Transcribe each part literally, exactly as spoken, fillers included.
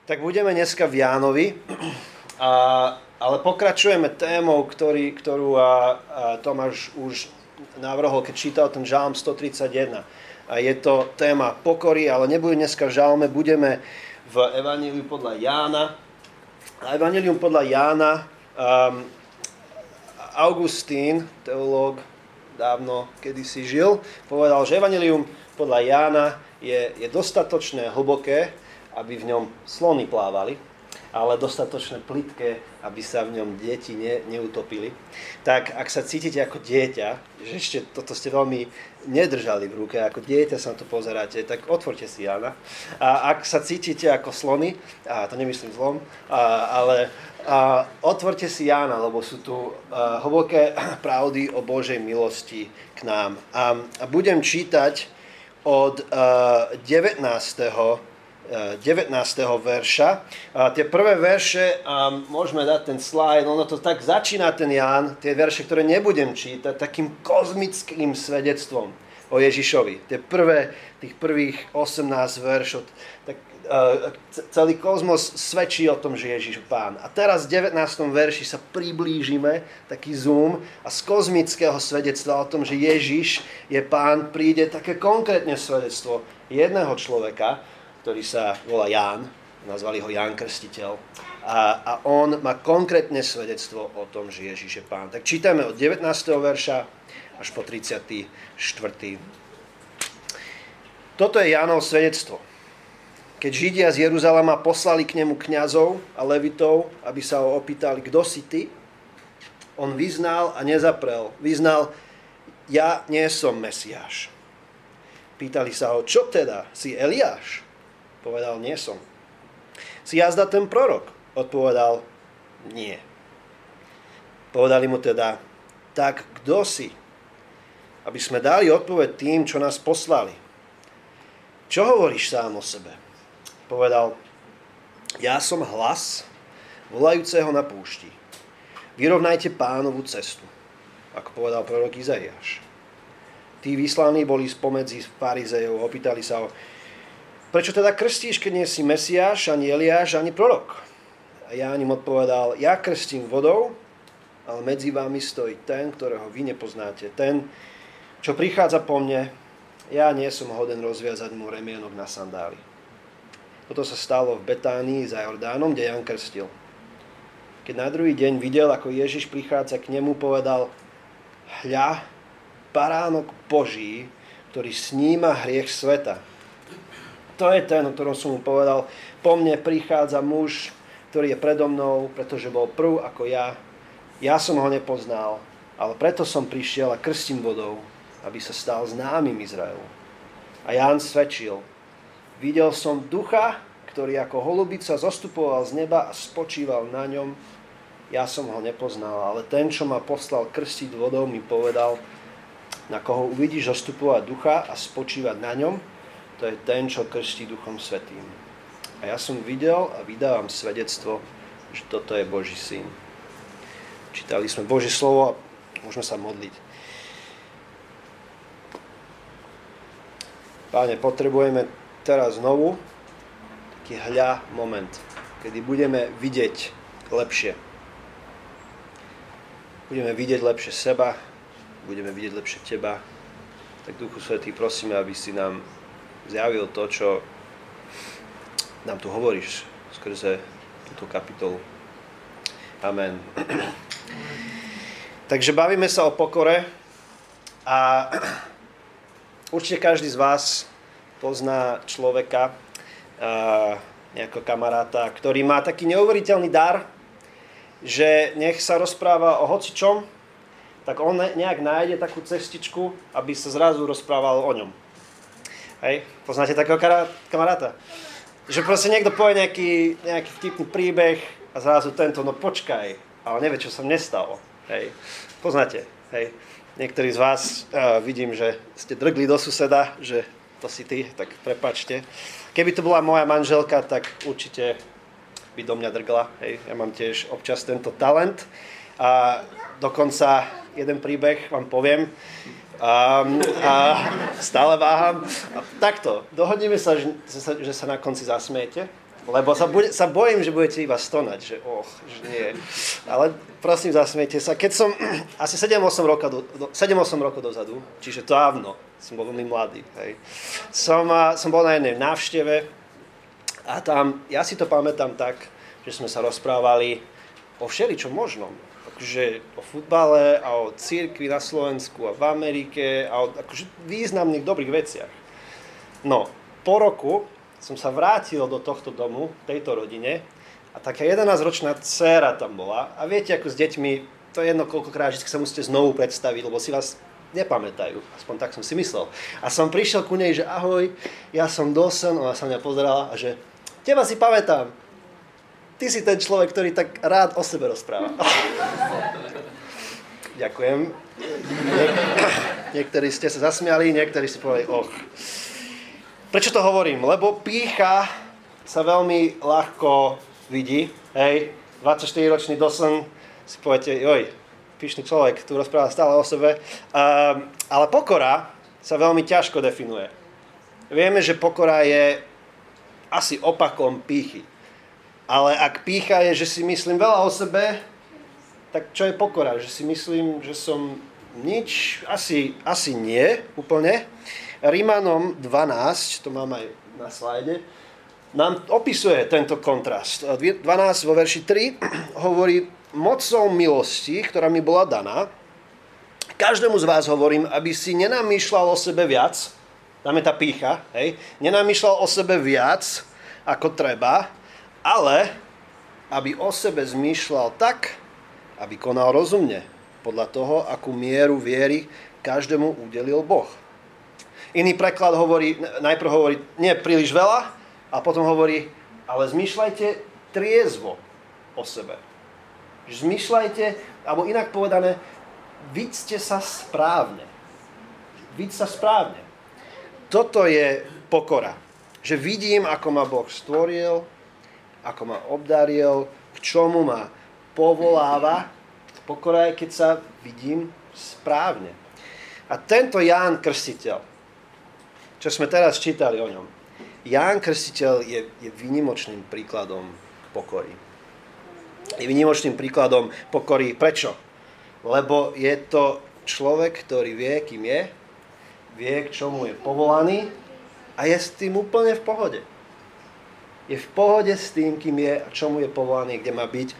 Tak budeme dneska v Jánovi, a, ale pokračujeme témou, ktorý, ktorú a, a Tomáš už navrhol, keď čítal ten žalm stotridsaťjeden. A je to téma pokory, ale nebudeme dneska v žalme, budeme v Evanjeliu podľa Jána. A Evanjelium podľa Jána, um, Augustín, teológ, dávno kedysi žil, povedal, že Evanjelium podľa Jána je, je dostatočne hlboké, aby v ňom slony plávali, ale dostatočne plitké, aby sa v ňom deti ne, neutopili. Tak ak sa cítite ako dieťa, že ešte toto ste veľmi nedržali v ruke, ako dieťa sa na to pozeráte, tak otvorte si Jána. A ak sa cítite ako slony, a to nemyslím zlom, a, ale a, otvorte si Jána, lebo sú tu a, hlboké pravdy o Božej milosti k nám. A, a budem čítať od a, devätnásteho devätnásteho verša. A tie prvé verše, a môžeme dať ten slajd, ono to tak začína ten Ján, tie verše, ktoré nebudem čítať, takým kozmickým svedectvom o Ježišovi. Tie prvé, tých prvých osemnásť veršov, tak uh, celý kozmos svedčí o tom, že Ježiš je Pán. A teraz v devätnástom verši sa priblížime, taký zoom, a z kozmického svedectva o tom, že Ježiš je Pán, príde také konkrétne svedectvo jedného človeka, ktorý sa volá Ján, nazvali ho Ján Krstiteľ. A, a on má konkrétne svedectvo o tom, že Ježiš je Pán. Tak čítame od devätnásteho verša až po tridsiaty štvrtý Toto je Jánov svedectvo. Keď Židia z Jeruzalema poslali k nemu kňazov a levitov, aby sa ho opýtali, kto si ty, on vyznal a nezaprel. Vyznal, ja nie som Mesiáš. Pýtali sa ho, čo teda, si Eliáš? Povedal, nie som. Si jazda ten prorok? Odpovedal, nie. Povedali mu teda, tak kto si? Aby sme dali odpoveď tým, čo nás poslali. Čo hovoríš sám o sebe? Povedal, ja som hlas volajúceho na púšti. Vyrovnajte Pánovu cestu, ako povedal prorok Izaiáš. Tí vyslaní boli spomedzi farizejov, opýtali sa ho, prečo teda krstíš, keď nie si Mesiáš, ani Eliáš, ani prorok? A Ján im odpovedal, ja krstím vodou, ale medzi vami stojí ten, ktorého vy nepoznáte. Ten, čo prichádza po mne, ja nie som hoden rozviazať mu remienok na sandáli. Toto sa stalo v Betánii za Jordánom, kde Ján krstil. Keď na druhý deň videl, ako Ježiš prichádza k nemu, povedal, hľa, baránok Boží, ktorý sníma hriech sveta. To je ten, o ktorom som mu povedal, po mne prichádza muž, ktorý je predo mnou, pretože bol prv ako ja. Ja som ho nepoznal, ale preto som prišiel a krstím vodou, aby sa stal známym Izraelu. A Ján svedčil, videl som ducha, ktorý ako holubica zostupoval z neba a spočíval na ňom. Ja som ho nepoznal, ale ten, čo ma poslal krstiť vodou, mi povedal, na koho uvidíš zostupovať ducha a spočívať na ňom, to je ten, čo krstí Duchom Svätým. A ja som videl a vydávam svedectvo, že toto je Boží syn. Čítali sme Božie slovo a môžeme sa modliť. Páne, potrebujeme teraz znovu taký hľa moment, kedy budeme vidieť lepšie. Budeme vidieť lepšie seba, budeme vidieť lepšie teba. Tak Duchu Svätý, prosíme, aby si nám zjavil to, čo nám tu hovoríš skrze túto kapitolu. Amen. Takže bavíme sa o pokore a určite každý z vás pozná človeka, nejakého kamaráta, ktorý má taký neuveriteľný dar, že nech sa rozpráva o hocičom, tak on nejak nájde takú cestičku, aby sa zrazu rozprával o ňom. Hej, poznáte takého kamaráta? Že proste niekto povie nejaký, nejaký vtipný príbeh a zrazu tento, no počkaj, ale nevie, čo sa mne stalo. Hej, poznáte? Hej, niektorí z vás uh, vidím, že ste drgli do suseda, že to si ty, tak prepáčte. Keby to bola moja manželka, tak určite by do mňa drgla. Hej, ja mám tiež občas tento talent. A dokonca jeden príbeh vám poviem. A, a stále váham. A takto, dohodneme sa že, sa, že sa na konci zasmiete. Lebo sa, bude, sa bojím, že budete iba stonať, že och, že nie. Ale prosím, zasmiete sa. Keď som asi sedem osem rokov, do, do, sedem osem rokov dozadu, čiže dávno, som bol veľmi mladý, hej, som, som bol na jednej návšteve a tam, ja si to pamätám tak, že sme sa rozprávali o všeličom možnom. Akože o futbale a o cirkvi na Slovensku a v Amerike a o akože významných dobrých veciach. No, po roku som sa vrátil do tohto domu, tejto rodine a taká jedenásťročná dcéra tam bola a viete, ako s deťmi, to je jedno koľkokrát, že sa musíte znovu predstaviť, lebo si vás nepamätajú, aspoň tak som si myslel. A som prišiel ku nej, že ahoj, ja som Dawson, ona sa mňa pozerala a že teba si pamätám, ty si ten človek, ktorý tak rád o sebe rozpráva. Ďakujem. Niek- niektorí ste sa zasmiali, niektorí si povedali, och. Prečo to hovorím? Lebo pýcha sa veľmi ľahko vidí. Hej, dvadsaťštyriročný Dawson, si poviete, joj, pyšný človek, tu rozpráva stále o sebe. Um, ale pokora sa veľmi ťažko definuje. Vieme, že pokora je asi opakom pýchy. Ale ak pýcha je, že si myslím veľa o sebe, tak čo je pokora? Že si myslím, že som nič? Asi, asi nie úplne. Rímanom dvanásť, to mám aj na slajde, nám opisuje tento kontrast. dvanásť vo verši tri hovorí, mocou milosti, ktorá mi bola daná, každému z vás hovorím, aby si nenamýšľal o sebe viac, tam je tá pýcha, hej, nenamýšľal o sebe viac, ako treba, ale aby o sebe zmýšľal tak, aby konal rozumne, podľa toho, akú mieru viery každému udelil Boh. Iný preklad hovorí, najprv hovorí, nie príliš veľa, a potom hovorí, ale zmýšľajte triezvo o sebe. Zmýšľajte, alebo inak povedané, vidzte sa správne. Viď sa správne. Toto je pokora. Že vidím, ako ma Boh stvoril, ako ma obdaril, k čomu ma povoláva. Pokora je, keď sa vidím správne. A tento Ján Krstiteľ, čo sme teraz čítali o ňom. Ján Krstiteľ je, je výnimočným príkladom pokory. Je výnimočným príkladom pokory. Prečo? Lebo je to človek, ktorý vie, kým je, vie, k čomu je povolaný a je s tým úplne v pohode. Je v pohode s tým, kým je a čomu je povolaný, kde má byť.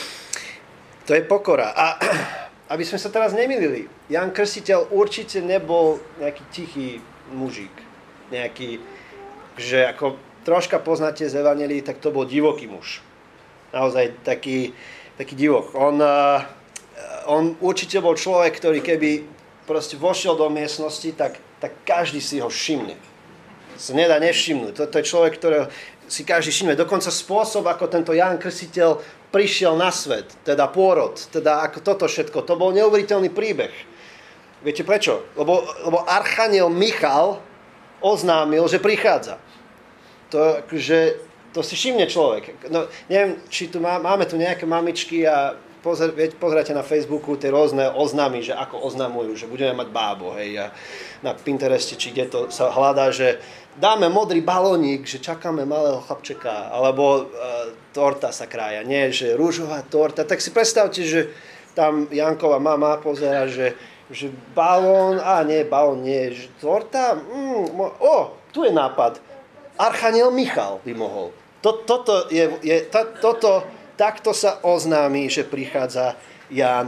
To je pokora. A aby sme sa teraz nemýlili, Ján Krstiteľ určite nebol nejaký tichý mužík. Nejaký, že ako troška poznáte z Evanjelií, tak to bol divoký muž. Naozaj taký, taký divok. On, uh, on určite bol človek, ktorý keby proste vošiel do miestnosti, tak, tak každý si ho všimne. Sa nedá nevšimnúť. To, to je človek, ktorého si každý všimne. Dokonca spôsob, ako tento Ján Krstiteľ prišiel na svet, teda pôrod, teda ako toto všetko, to bol neuveriteľný príbeh. Viete prečo? Lebo, lebo archaniel Michal oznámil, že prichádza. To, že, to si všimne človek. No, neviem, či tu má, máme tu nejaké mamičky a pozer, pozeráte na Facebooku tie rôzne oznámy, že ako oznamujú, že budeme mať bábo. Hej, a na Pintereste, či kde to sa hľadá, že dáme modrý balónik, že čakáme malého chlapčeka, alebo uh, torta sa krája. Nie, že rúžová torta. Tak si predstavte, že tam Jankova mama pozerá, že že balón, a nie, balón nie, že torta, mm, o, tu je nápad, archaniel Michal by mohol. Toto je, je ta, toto, takto sa oznámi, že prichádza Ján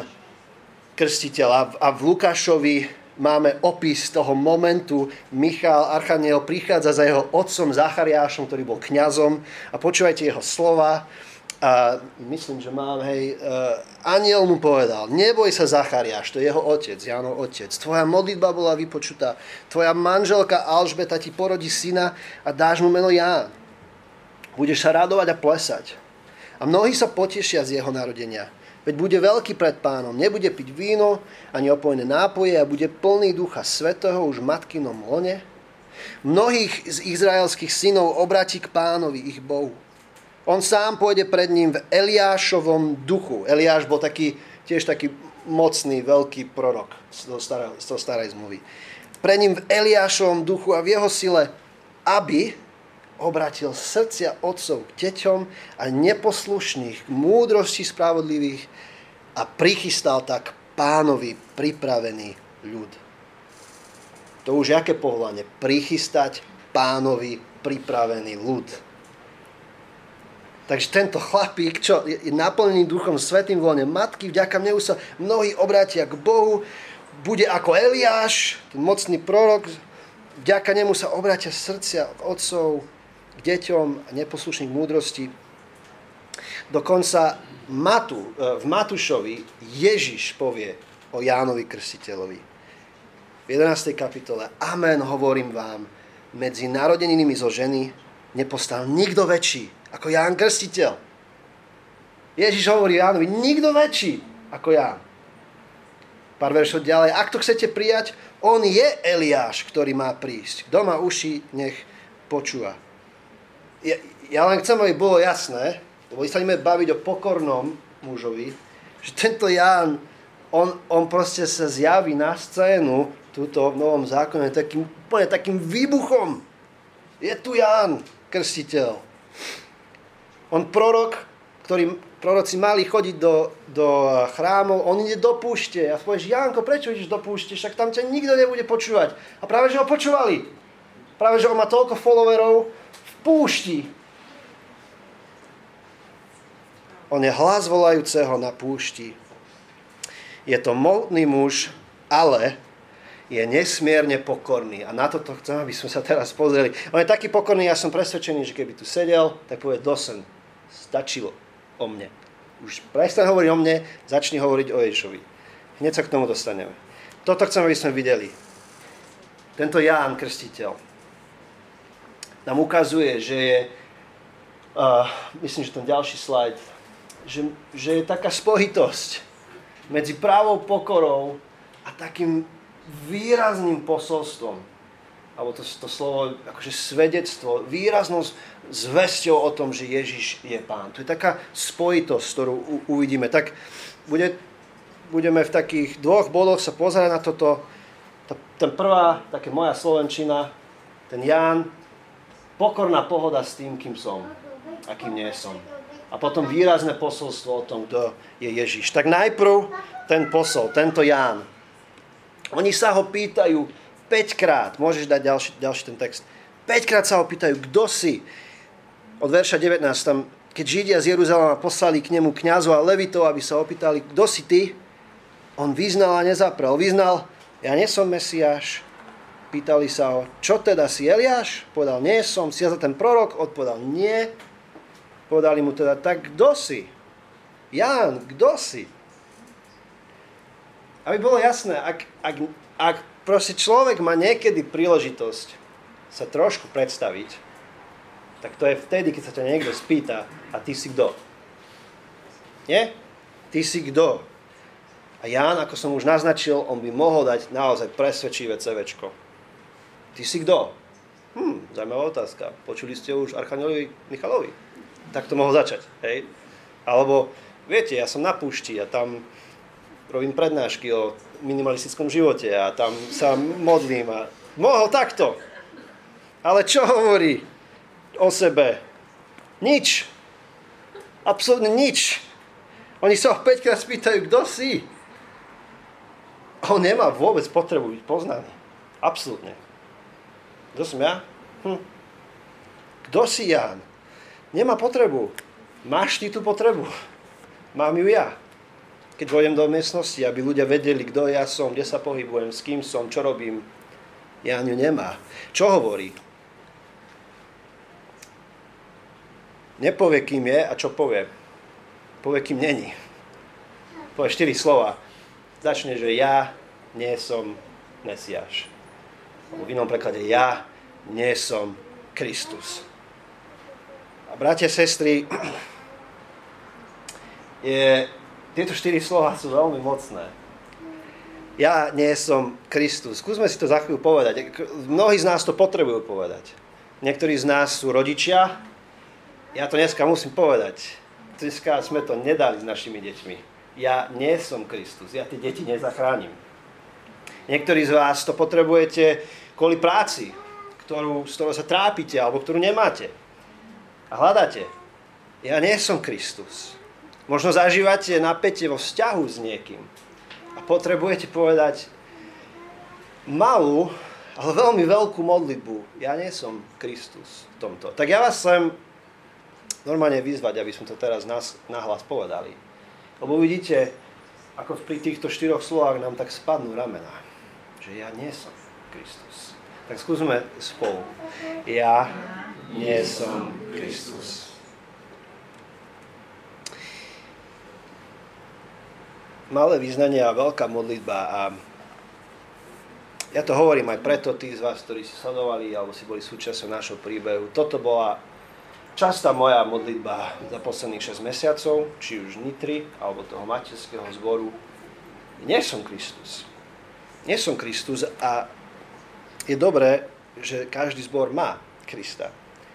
Krstiteľ. A v Lukášovi máme opis toho momentu, Michal, archaniel, prichádza za jeho otcom Zachariášom, ktorý bol kňazom, a počúvajte jeho slova. A myslím, že mám, hej, uh, anjel mu povedal, neboj sa Zachariáš, to je jeho otec, Jánov otec, tvoja modlitba bola vypočutá, tvoja manželka Alžbeta ti porodí syna a dáš mu meno Ján. Budeš sa radovať a plesať. A mnohí sa potešia z jeho narodenia, veď bude veľký pred Pánom, nebude piť víno ani opojné nápoje a bude plný Ducha Svätého už v matkinom lone. Mnohých z izraelských synov obráti k Pánovi, ich Bohu. On sám pôjde pred ním v Eliášovom duchu. Eliáš bol taký, tiež taký mocný, veľký prorok z starej, z starej zmluvy. Pred ním v Eliášovom duchu a v jeho sile, aby obratil srdcia otcov k deťom a neposlušných k múdrosti spravodlivých a prichystal tak Pánovi pripravený ľud. To už je aké povolanie? Prichystať Pánovi pripravený ľud. Takže tento chlapík, čo je naplnený Duchom Svätým voľne matky, vďaka mne sa mnohí obrátia k Bohu, bude ako Eliáš, ten mocný prorok, vďaka nemu sa obrátia srdcia otcov k deťom a neposlušných múdrosti. Dokonca Matu, v Matúšovi Ježiš povie o Jánovi Krstiteľovi. V jedenástej kapitole: Amen, hovorím vám, medzi narodenými zo ženy nepostal nikto väčší ako Ján Krstiteľ. Ježiš hovorí Jánovi: nikto väčší ako Ján. Pár veršov ďalej: ak to chcete prijať, on je Eliáš, ktorý má prísť. Kto má uši, nech počúva. Ja, ja len chcem, aby bolo jasné, lebo sa ideme baviť o pokornom mužovi, že tento Ján, on, on proste sa zjaví na scénu túto v Novom zákone takým, úplne takým výbuchom. Je tu Ján Krstiteľ. On prorok, ktorý proroci mali chodiť do, do chrámov, on ide do púšte. A povieš: Jánko, prečo ideš do púšte? Však tam ťa nikto nebude počúvať. A práve, že ho počúvali. Práve, že on má toľko followerov v púšti. On je hlas volajúceho na púšti. Je to modný muž, ale je nesmierne pokorný. A na toto chcem, aby sme sa teraz pozreli. On je taký pokorný, ja som presvedčený, že keby tu sedel, tak povie: dosen, stačilo o mne. Už prestaň hovoriť o mne, začni hovoriť o Ježišovi. Hneď sa k tomu dostaneme. Toto chcem, aby sme videli. Tento Ján Krstiteľ nám ukazuje, že je, uh, myslím, že ten ďalší slajd, že, že je taká spojitosť medzi právou pokorou a takým výrazným posolstvom, alebo to, to slovo, akože svedectvo, výraznou zvesťou o tom, že Ježiš je Pán. To je taká spojitosť, ktorú u, uvidíme. Tak bude, budeme v takých dvoch bodoch sa pozerať na toto. Tá, ten prvá, také moja slovenčina, ten Ján, pokorná pohoda s tým, kým som a kým nie som. A potom výrazné posolstvo o tom, kto je Ježiš. Tak najprv ten posol, tento Ján. Oni sa ho pýtajú päťkrát, môžeš dať ďalší, ďalší ten text, päťkrát sa ho pýtajú: kto si? Od verša devätnásť, tam, keď Židia z Jeruzalema poslali k nemu kňazov a levitov, aby sa opýtali: kto si ty? On vyznal a nezaprel. Vyznal: ja nie som Mesiáš. Pýtali sa ho: čo teda, si Eliáš? Povedal: nie som. Si ja za ten prorok? Odpovedal: nie. Povedali mu teda: tak kto si? Ján, kto si? Aby bolo jasné, ak, ak, ak proste človek má niekedy príležitosť sa trošku predstaviť, tak to je vtedy, keď sa ťa niekto spýta: a ty si kto? Nie? Ty si kto? A Ján, ako som už naznačil, on by mohol dať naozaj presvedčivé cévéčko. Ty si kto? Hm, zaujímavá otázka. Počuli ste už archangelovi Michalovi? Tak to mohol začať, hej? Alebo, viete, ja som na púšti a tam robím prednášky o minimalistickom živote a tam sa modlím a mohol takto. Ale čo hovorí o sebe? Nič. Absolútne nič. Oni sa ho päťkrát spýtajú: kto si? On nemá vôbec potrebu byť poznaný. Absolútne. Kto som ja? Hm. Kto si Ján? Nemá potrebu. Máš ty tú potrebu? Mám ju ja. Keď vojdem do miestnosti, aby ľudia vedeli, kto ja som, kde sa pohybujem, s kým som, čo robím. Ján ju nemá. Čo hovorí? Nepovie, kým je a čo povie. Povie, kým není. Povie štyri slova. Začne, že ja nie som Mesiáš. V inom preklade: ja nie som Kristus. A bratia, sestry, je... Tieto štyri slova sú veľmi mocné. Ja nie som Kristus. Skúsme si to za chvíľu povedať. Mnohí z nás to potrebujú povedať. Niektorí z nás sú rodičia. Ja to dneska musím povedať. Dneska sme to nedali s našimi deťmi. Ja nie som Kristus. Ja tie deti nezachránim. Niektorí z vás to potrebujete kvôli práci. ktorú, z ktorou sa trápite, alebo ktorú nemáte. A hľadáte. Ja nie som Kristus. Možno zažívate napätie vo vzťahu s niekým. A potrebujete povedať malú, ale veľmi veľkú modlitbu. Ja nie som Kristus v tomto. Tak ja vás chcem normálne vyzvať, aby sme to teraz nahlas povedali. Lebo vidíte, ako pri týchto štyroch slovách nám tak spadnú ramená. Že ja nie som Kristus. Tak skúsme spolu. Ja nie som Kristus. Malé vyznanie a veľká modlitba. A ja to hovorím aj preto, tí z vás, ktorí si sledovali alebo si boli súčasťou našho príbehu. Toto bola častá moja modlitba za posledných šesť mesiacov, či už Nitry, alebo toho materského zboru. Nie som Kristus. Nie som Kristus a je dobré, že každý zbor má Krista.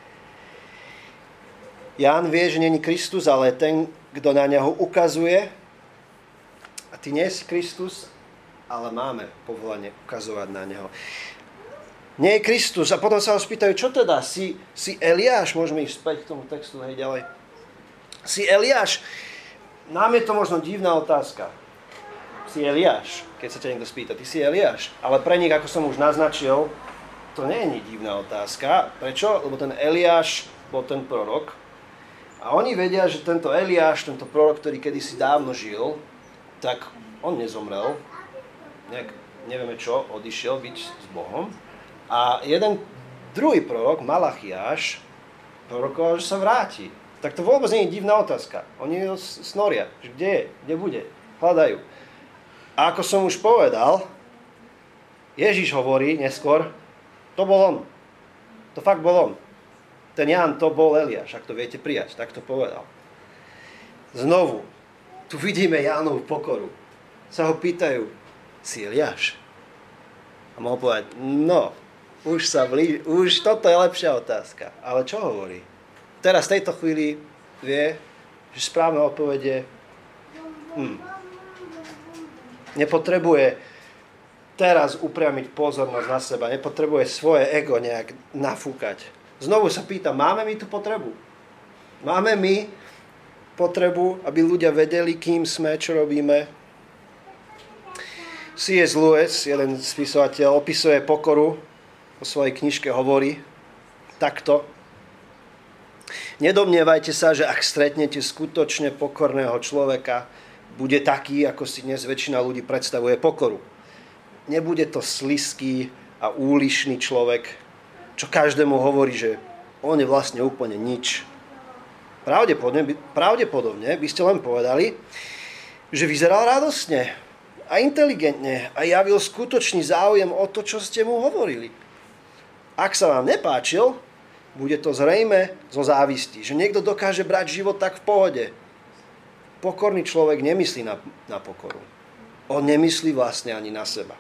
Ján vie, že není Kristus, ale ten, kto na neho ukazuje. A ty nie si Kristus, ale máme povolanie ukazovať na neho. Nie je Kristus. A potom sa ho spýtajú, čo teda? Si, si Eliáš? Môžeme ísť späť k tomu textu, hej, ďalej. Si Eliáš? Nám je to možno divná otázka. Si Eliáš, keď sa ťa niekto spýta. Ty si Eliáš. Ale pre nich, ako som už naznačil, to nie je divná otázka. Prečo? Lebo ten Eliáš bol ten prorok. A oni vedia, že tento Eliáš, tento prorok, ktorý kedysi dávno žil, tak on nezomrel. Nejak, nevieme čo, odišiel byť s Bohom. A jeden druhý prorok, Malachiáš, prorokoval, že sa vráti. Tak to vôbec nie je divná otázka. Oni ho snoria, že kde je, kde bude, hľadajú. A ako som už povedal, Ježiš hovorí neskôr, to bol on. To fakt bol on. Ten Ján, to bol Eliáš, ak to viete prijať, tak to povedal. Znovu, tu vidíme Jánovu pokoru. Sa ho pýtajú, si Eliáš? A mohol povedať, no, už sa blíži, už toto je lepšia otázka. Ale čo hovorí? Teraz v tejto chvíli vie, že správna odpoveď je, hm, nepotrebuje teraz upriamiť pozornosť na seba, nepotrebuje svoje ego nejak nafúkať. Znovu sa pýta, máme my tú potrebu? Máme my potrebu, aby ľudia vedeli, kým sme, čo robíme? C S. Lewis, jeden spisovateľ, opisuje pokoru, vo svojej knižke hovorí takto. Nedomnievajte sa, že ak stretnete skutočne pokorného človeka, bude taký, ako si dnes väčšina ľudí predstavuje pokoru. Nebude to slizký a úlišný človek, čo každému hovorí, že on je vlastne úplne nič. Pravdepodobne, pravdepodobne by ste len povedali, že vyzeral radostne a inteligentne a javil skutočný záujem o to, čo ste mu hovorili. Ak sa vám nepáčil, bude to zrejme zo závisti, že niekto dokáže brať život tak v pohode. Pokorný človek nemyslí na, na pokoru. On nemyslí vlastne ani na seba.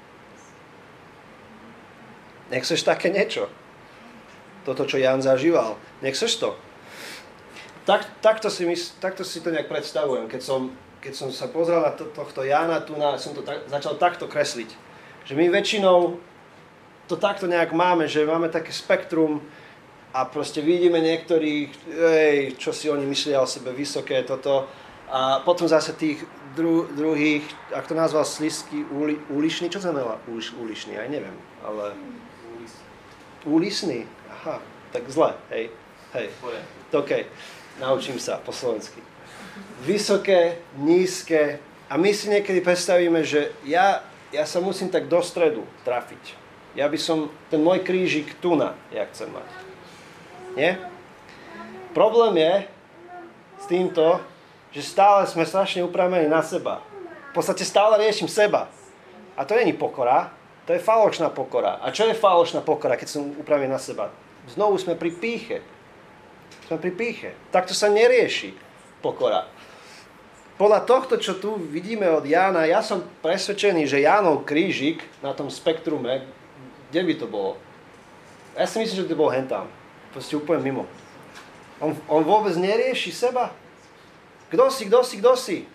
Nechceš také niečo? Toto, čo Ján zažíval. Nechceš to? Tak, takto, si mysl, takto si to nejak predstavujem. Keď som, keď som sa pozrel na to, tohto Jána, tu na, som to tak, začal takto kresliť. Že my väčšinou to takto nejak máme, že máme také spektrum a proste vidíme niektorých, ej, čo si oni myslia o sebe, vysoké toto. A potom zase tých dru, druhých, ak to nazval slizký, úli, úlišný, čo znamená úliš, úlišný, aj neviem, ale... Úlisný? Aha, tak zle, hej, hej, OK, naučím sa po slovensky. Vysoké, nízke a my si niekedy predstavíme, že ja, ja sa musím tak do stredu trafiť. Ja by som ten môj krížik tu na, ja chcem mať. Nie? Problém je s týmto, že stále sme strašne upravení na seba. V podstate stále riešim seba. A to není pokora, to je falošná pokora. A čo je falošná pokora, keď som upravený na seba? Znovu sme pri pýche. Sme pri pýche. Takto sa nerieši pokora. Podľa tohto, čo tu vidíme od Jána, ja som presvedčený, že Jánov krížik na tom spektrume, kde by to bolo? Ja si myslím, že to bol hentam. Proste úplne mimo. On, on vôbec nerieši seba. Kto si, kto si, kto si?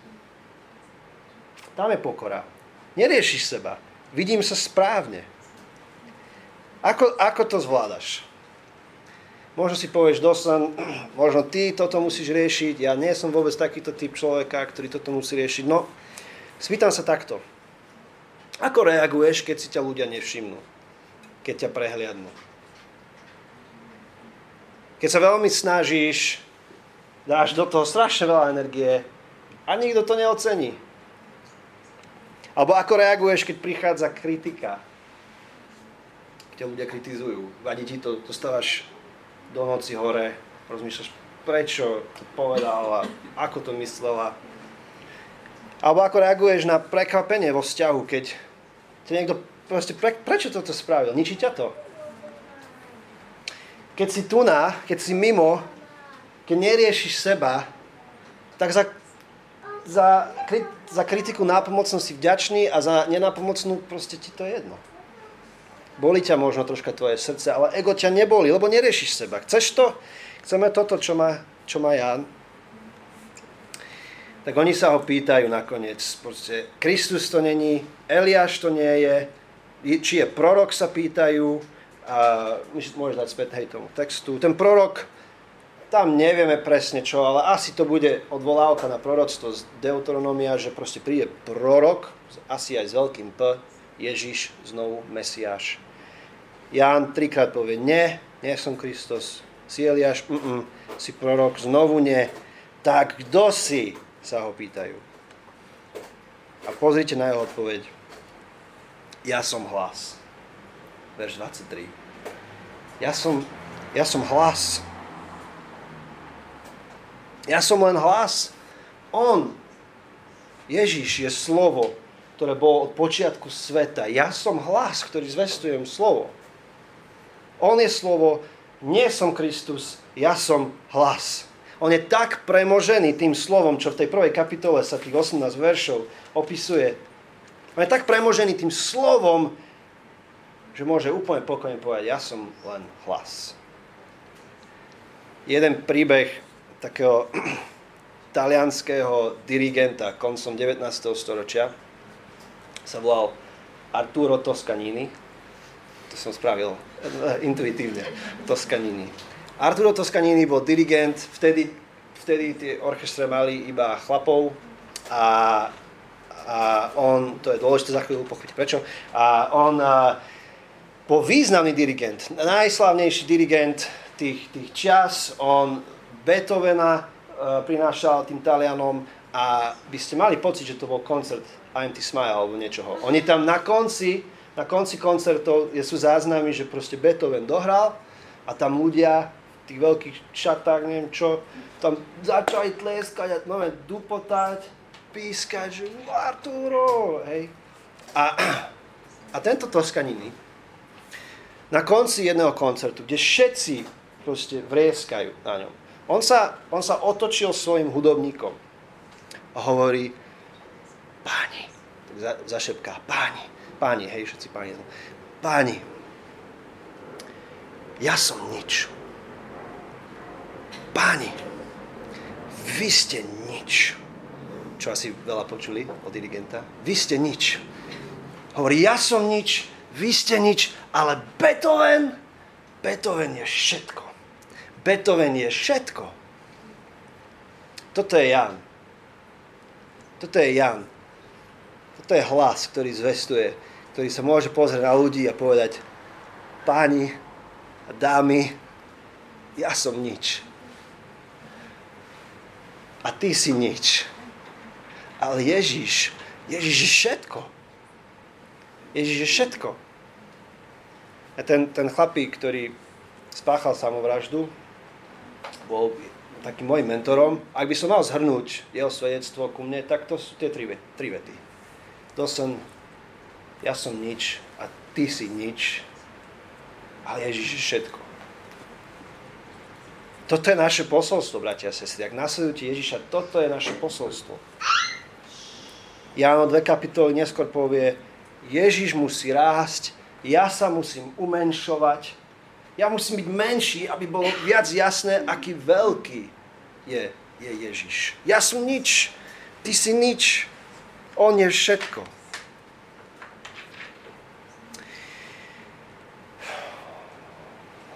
Tam je pokora. Neriešiš seba. Vidím sa správne. Ako, ako to zvládaš? Možno si povieš, Dosan, možno ty toto musíš riešiť, ja nie som vôbec takýto typ človeka, ktorý toto musí riešiť. No, spýtam sa takto. Ako reaguješ, keď si ťa ľudia nevšimnú? Keď ťa prehliadnú? Keď sa veľmi snažíš, dáš do toho strašne veľa energie a nikto to neocení. Alebo ako reaguješ, keď prichádza kritika? Keď ťa ľudia kritizujú, vadí ti to, dostávaš do noci hore, rozmýšľaš, prečo to povedal a ako to myslela. Alebo ako reaguješ na prekvapenie vo vzťahu, keď ti niekto proste, pre, prečo toto spravil? Ničí ťa to? Keď si tu na, keď si mimo, keď neriešiš seba, tak za, za, za kritiku nápomocnú si vďačný a za nenápomocnú proste ti to je jedno. Boli ťa možno troška tvoje srdce, ale ego ťa neboli, lebo neriešiš seba. Chceš to? Chceme toto, čo má, čo má Ján. Tak oni sa ho pýtajú nakoniec. Proste, Kristus to není, Eliáš to nie je, či je prorok, sa pýtajú. A môžeš dať späť hej tomu textu. Ten prorok, tam nevieme presne čo, ale asi to bude odvolávka na proroctvo z Deuteronomia, že proste príde prorok, asi aj s veľkým P, Ježiš, znovu Mesiáš. Ján trikrát povie, nie, nie som Kristus, si Eliáš, mm, si prorok, znovu nie. Tak kto si? Sa ho pýtajú. A pozrite na jeho odpoveď. Ja som hlas. Verš dvadsaťtri. Ja som, ja som hlas. Ja som len hlas. On, Ježiš, je slovo, ktoré bolo od počiatku sveta. Ja som hlas, ktorý zvestujem slovo. On je slovo, nie som Kristus, ja som hlas. On je tak premožený tým slovom, čo v tej prvej kapitole sa tých osemnásť veršov opisuje. On je tak premožený tým slovom, že môže úplne pokojne povedať, ja som len hlas. Jeden príbeh takého talianského dirigenta koncom devätnásteho storočia sa volal Arturo Toscanini. To som spravil intuitívne. Toscanini. Arturo Toscanini bol dirigent, vtedy, vtedy tie orchestre mali iba chlapov a, a on, to je dôležité za chvíľu pochopiť prečo, a on a, bol významný dirigent, najslávnejší dirigent tých, tých čias, on Beethovena uh, prinášal tým Talianom a by ste mali pocit, že to bol koncert I Am T Smile alebo niečoho. Oni tam na konci, na konci koncertov sú záznamy, že proste Beethoven dohral a tam ľudia v tých veľkých šatách, neviem čo, tam začali tleskať a máme dupotať, pískať, že Arturo, hej. A, a tento Toscanini na konci jedného koncertu, kde všetci proste vrieskajú na ňom, on sa, on sa otočil svojim hudobníkom a hovorí, páni, za, zašepká, páni, páni, hej, všetci páni, páni, ja som nič. Páni, vy ste nič. Čo asi veľa počuli od dirigenta. Vy ste nič. Hovorí, ja som nič, vy ste nič, ale Beethoven, Beethoven je všetko. Beethoven je všetko. Toto je Ján. Toto je Ján. Toto je hlas, ktorý zvestuje, ktorý sa môže pozrieť na ľudí a povedať, páni a dámy, ja som nič. A ty si nič. Ale Ježiš, Ježiš je všetko. Ježiš je všetko. A ten, ten chlapík, ktorý spáchal samovraždu, bol takým môjim mentorom. Ak by som mal zhrnúť jeho svedectvo ku mne, tak to sú tie tri, tri vety. To som, ja som nič a ty si nič, ale Ježiš je všetko. Toto je naše posolstvo, bratia a sestry. Ak nasledujete Ježiša, toto je naše posolstvo. Ján o dve kapitoly neskôr povie, Ježiš musí rásť, ja sa musím umenšovať, ja musím byť menší, aby bolo viac jasné, aký veľký je, je Ježiš. Ja som nič, ty si nič, on je všetko.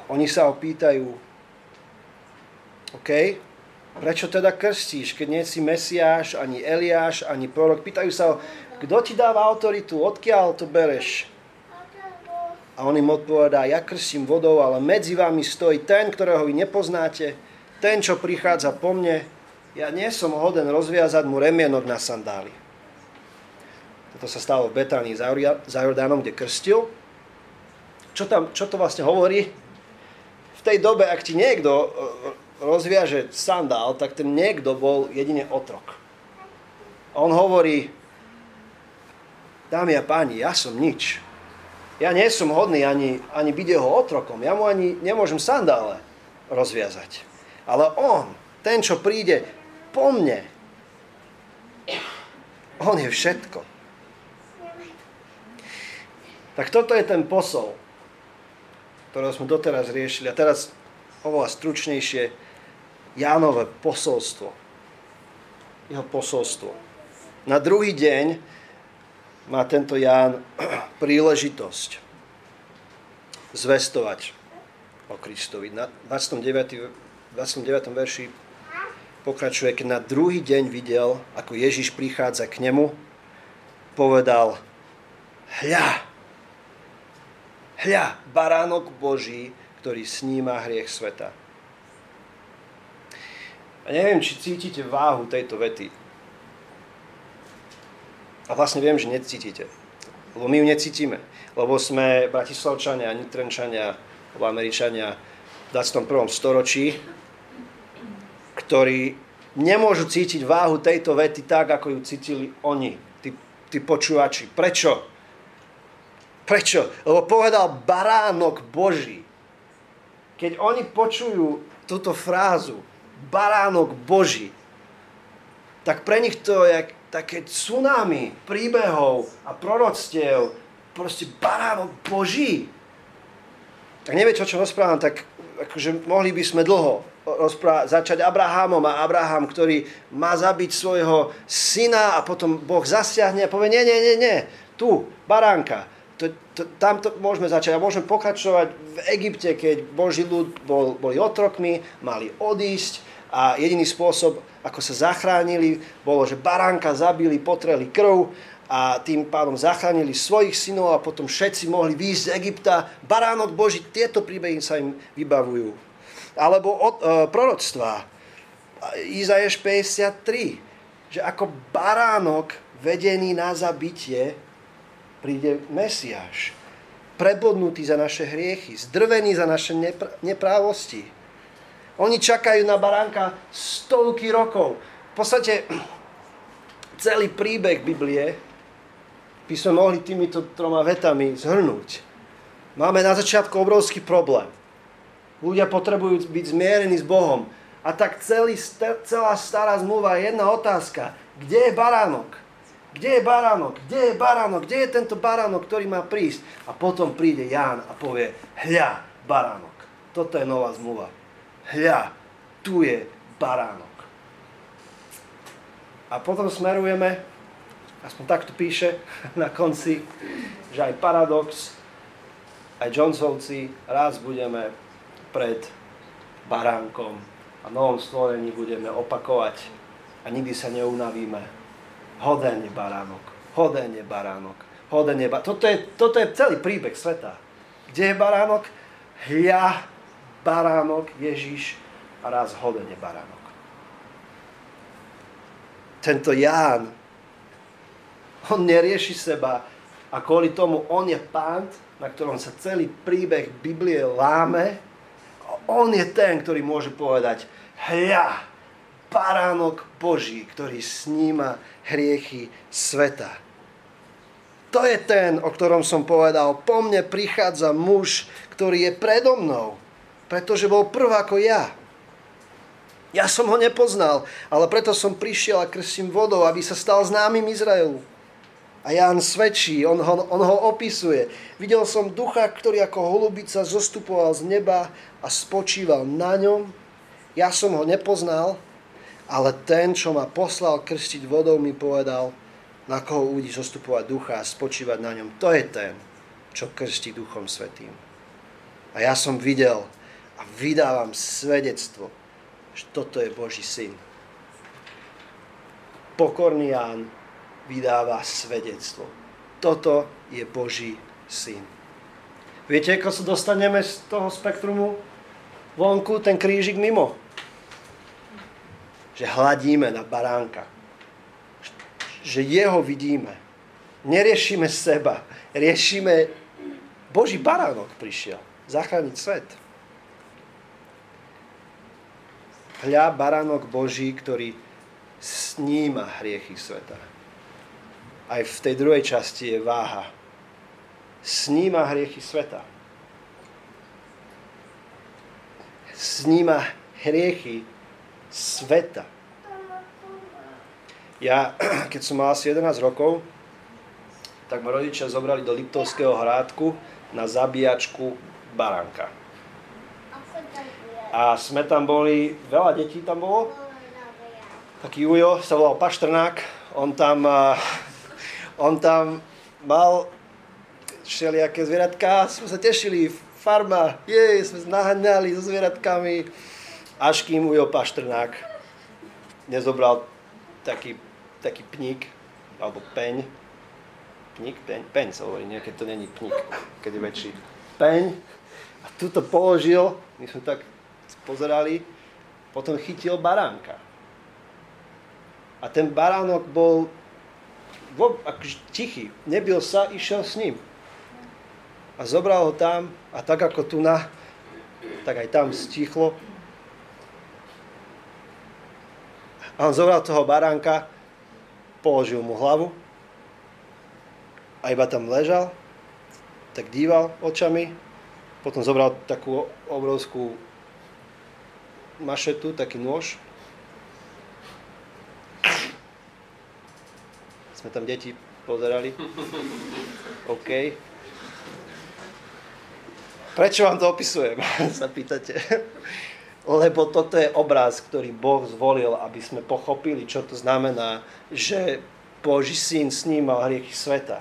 Oni sa ho pýtajú, OK, prečo teda krstíš, keď nie si Mesiáš, ani Eliáš, ani prorok? Pýtajú sa ho, kto ti dáva autoritu, odkiaľ to bereš? A on im odpovedá, ja krstím vodou, ale medzi vami stojí ten, ktorého vy nepoznáte, ten, čo prichádza po mne. Ja nie som hoden rozviazať mu remienok na sandáli. Toto sa stalo v Betánii za Jordánom, kde krstil. Čo, tam, čo to vlastne hovorí? V tej dobe, ak ti niekto rozviaže sandál, tak ten niekto bol jedine otrok. A on hovorí, dámy a páni, ja som nič. Ja nie som hodný ani, ani byť jeho otrokom. Ja mu ani nemôžem sandále rozviazať. Ale on, ten, čo príde po mne, on je všetko. Tak toto je ten posol, ktorého sme doteraz riešili. A teraz oveľa stručnejšie Jánové posolstvo. Jeho posolstvo. Na druhý deň má tento Ján príležitosť zvestovať o Kristovi. Na dvadsiatom deviatom verši pokračuje, keď na druhý deň videl, ako Ježiš prichádza k nemu, povedal, hľa, hľa, baránok Boží, ktorý sníma hriech sveta. A neviem, či cítite váhu tejto vety. A vlastne viem, že necítite. Lebo my ju necítime. Lebo sme Bratislavčania, Nitrančania, alebo Američania v dvadsiatom prvom storočí, ktorí nemôžu cítiť váhu tejto vety tak, ako ju cítili oni, tí, tí počúvači. Prečo? Prečo? Lebo povedal baránok Boží. Keď oni počujú túto frázu, baránok Boží, tak pre nich to je také tsunami príbehov a proroctiev, proste baránok Boží. Tak neviete, o čom rozprávam, tak akože mohli by sme dlho rozprávať, začať Abrahamom a Abraham, ktorý má zabiť svojho syna a potom Boh zasiahne a povie, nie, nie, nie, nie, tu, baránka. To, to, tam to môžeme začať a môžeme pokračovať v Egypte, keď Boží ľud bol, boli otrokmi, mali odísť a jediný spôsob, ako sa zachránili, bolo, že baránka zabili, potreli krv a tým pádom zachránili svojich synov a potom všetci mohli výjsť z Egypta. Baránok Boží, tieto príbehy sa im vybavujú. Alebo od, e, proroctvá. Izaiáš päťdesiattri, že ako baránok vedený na zabitie príde Mesiáš, prebodnutý za naše hriechy, zdrvený za naše nepr- neprávosti. Oni čakajú na baránka stovky rokov. V podstate celý príbeh Biblie by sme mohli týmito troma vetami zhrnúť. Máme na začiatku obrovský problém. Ľudia potrebujú byť zmierení s Bohom. A tak celý, celá stará zmluva je jedna otázka. Kde je baránok? Kde je baránok? Kde je baránok? Kde je tento baránok, ktorý má prísť? A potom príde Ján a povie, hľa, baránok. Toto je nová zmluva. Hľa, tu je baránok. A potom smerujeme, aspoň takto píše na konci, že aj paradox, aj Jonesovci, raz budeme pred baránkom a novom stvorení budeme opakovať a nikdy sa neunavíme. Hoden je baránok, hoden je baránok, hoden je baránok. Toto je, toto je celý príbeh sveta. Kde je baránok? Hľa, baránok, Ježiš a raz hoden je baránok. Tento Ján, on nerieši seba a kvôli tomu on je pán, na ktorom sa celý príbeh Biblie láme. On je ten, ktorý môže povedať, hľa, baránok Boží, ktorý sníma hriechy sveta. To je ten, o ktorom som povedal, po mne prichádza muž, ktorý je predo mnou, pretože bol prv ako ja. Ja som ho nepoznal, ale preto som prišiel a krstím vodou, aby sa stal známym Izraelu. A Ján svedčí, on ho, on ho opisuje. Videl som ducha, ktorý ako holubica zostupoval z neba a spočíval na ňom. Ja som ho nepoznal, ale ten, čo ma poslal krstiť vodou, mi povedal, na koho uvidí zostupovať ducha a spočívať na ňom. To je ten, čo krstí Duchom Svätým. A ja som videl a vydávam svedectvo, že toto je Boží syn. Pokorný Ján vydáva svedectvo. Toto je Boží syn. Viete, ako sa dostaneme z toho spektrumu vonku, ten krížik mimo? Že hladíme na baránka. Že jeho vidíme. Neriešime seba. Riešime, Boží baránok prišiel zachrániť svet. Hľa, baránok Boží, ktorý sníma hriechy sveta. Aj v tej druhej časti je váha. Sníma hriechy sveta. Sníma hriechy sveta. Ja, keď som mal asi jedenásť rokov, tak ma rodičia zobrali do Liptovského Hrádku na zabíjačku baránka. A sme tam boli, veľa detí tam bolo. Taký ujo sa volal Paštrnák. On tam, on tam mal všelijaké zvieratka. Sme sa tešili, farma, jej, sme naháňali so zvieratkami. Až kým ujo Paštrnák nezobral taký, taký pník, alebo peň. Pník, peň, peň sa hovorí, nie, keď to není pník, keď je väčší. Peň. A tu to položil, my sme tak pozerali, potom chytil baránka. A ten baránok bol akože tichý, nebil sa, išiel s ním. A zobral ho tam a tak ako tu na, tak aj tam stichlo. A on zobral toho baránka, položil mu hlavu a iba tam ležal, tak díval očami, potom zobral takú obrovskú mašetu, taký nôž. Sme tam deti pozerali. OK. Prečo vám to opisujem, sa pýtate? Lebo toto je obraz, ktorý Boh zvolil, aby sme pochopili, čo to znamená, že Boží syn snímal hriechy sveta.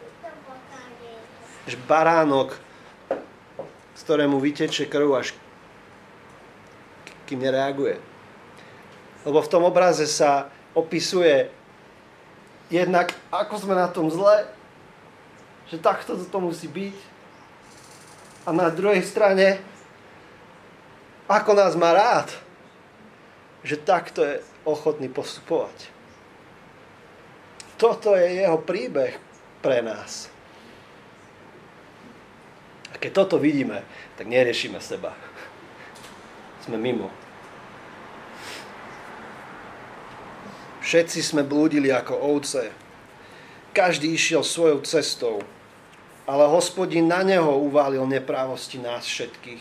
Že baránok, z ktorému vyteče krv, až kým nereaguje. Lebo v tom obraze sa opisuje jednak, ako sme na tom zle, že takto to musí byť. A na druhej strane, ako nás má rád, že takto je ochotný postupovať. Toto je jeho príbeh pre nás. A keď toto vidíme, tak neriešime seba. Sme mimo. Všetci sme blúdili ako ovce. Každý išiel svojou cestou, ale Hospodin na neho uvalil neprávosti nás všetkých.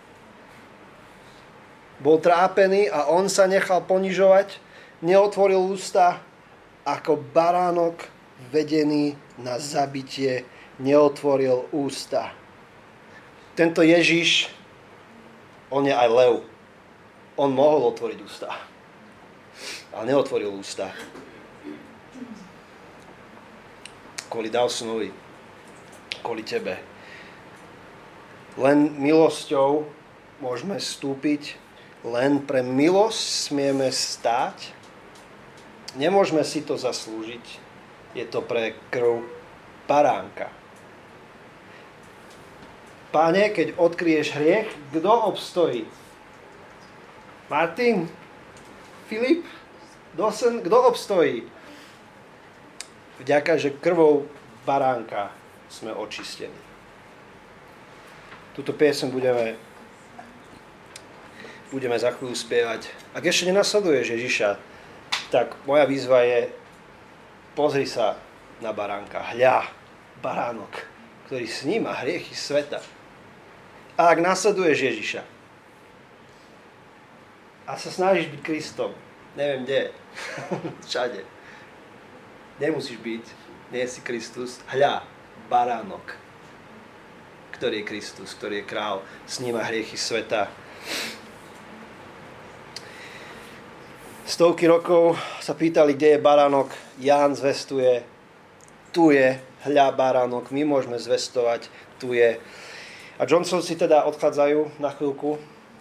Bol trápený a on sa nechal ponižovať, neotvoril ústa, ako baránok vedený na zabitie, neotvoril ústa. Tento Ježiš, on je aj lev. On mohol otvoriť ústa, ale neotvoril ústa. Kvôli Dawsonovi, kvôli tebe. Len milosťou môžeme vstúpiť, len pre milosť smieme stáť. Nemôžeme si to zaslúžiť. Je to pre krv baránka. Páne, keď odkryješ hriech, kto obstojí? Martin? Filip? Dosen? Kto obstojí? Vďaka, že krvou baránka sme očistení. Túto pieseň budeme, budeme za chvíľu spievať. Ak ešte nenasleduješ Ježiša, tak moja výzva je, pozri sa na baránka. Hľa, baránok, ktorý sníma hriechy sveta. A ak nasleduješ Ježiša a sa snažíš byť Kristom, neviem kde, všade, nemusíš byť, nie si Kristus, hľa, baránok, ktorý je Kristus, ktorý je král, sníma hriechy sveta. Stovky rokov sa pýtali, kde je baránok. Ján zvestuje, tu je, hľa, baránok, my môžeme zvestovať, tu je. A Johnsonci teda odchádzajú na chvíľku,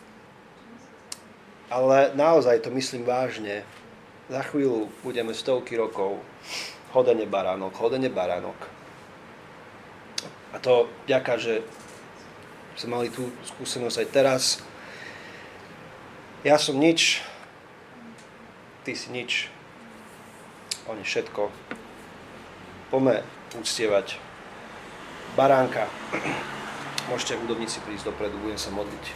ale naozaj to myslím vážne. Za chvíľu budeme stovky rokov hodenie baránok, hodenie baránok. A to vďaka, že sme mali tú skúsenosť aj teraz. Ja som nič, ty si nič, oni všetko. Poďme uctievať baránka. Môžete hudobníci prísť dopredu, budem sa modliť.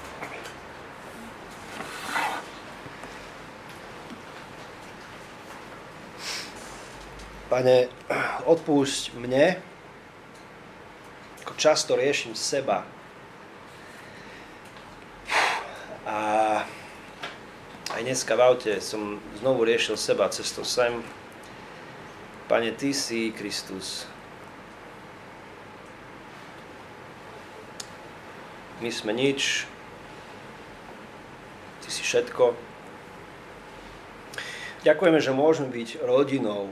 Pane, odpúšť mne, ako často riešim seba. A aj dneska v aute som znovu riešil seba cestou sem. Pane, Ty si Kristus. My sme nič, Ty si všetko. Ďakujeme, že môžeme byť rodinou,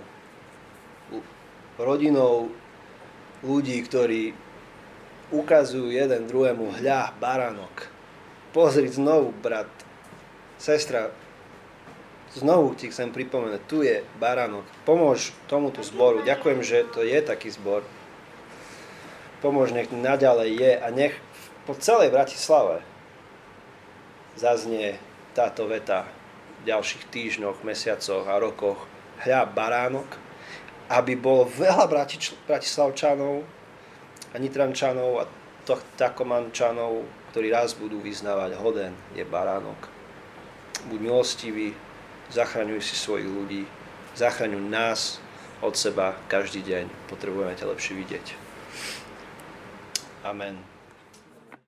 rodinou ľudí, ktorí ukazujú jeden druhému, hľa, baránok. Pozri znovu, brat, sestra, znovu ti chcem pripomenúť, tu je baránok. Pomôž tomuto zboru. Ďakujem, že to je taký zbor. Pomôž, nech naďalej je a nech po celej Bratislave zaznie táto veta v ďalších týždňoch, mesiacoch a rokoch. Hľa, baránok, aby bolo veľa Bratislavčanov a Nitrančanov a Takomančanov, ktorí raz budú vyznávať, hoden je baránok. Buď milostivý, zachraňuj si svojich ľudí, zachraňuj nás od seba každý deň. Potrebujeme ťa lepšie vidieť. Amen.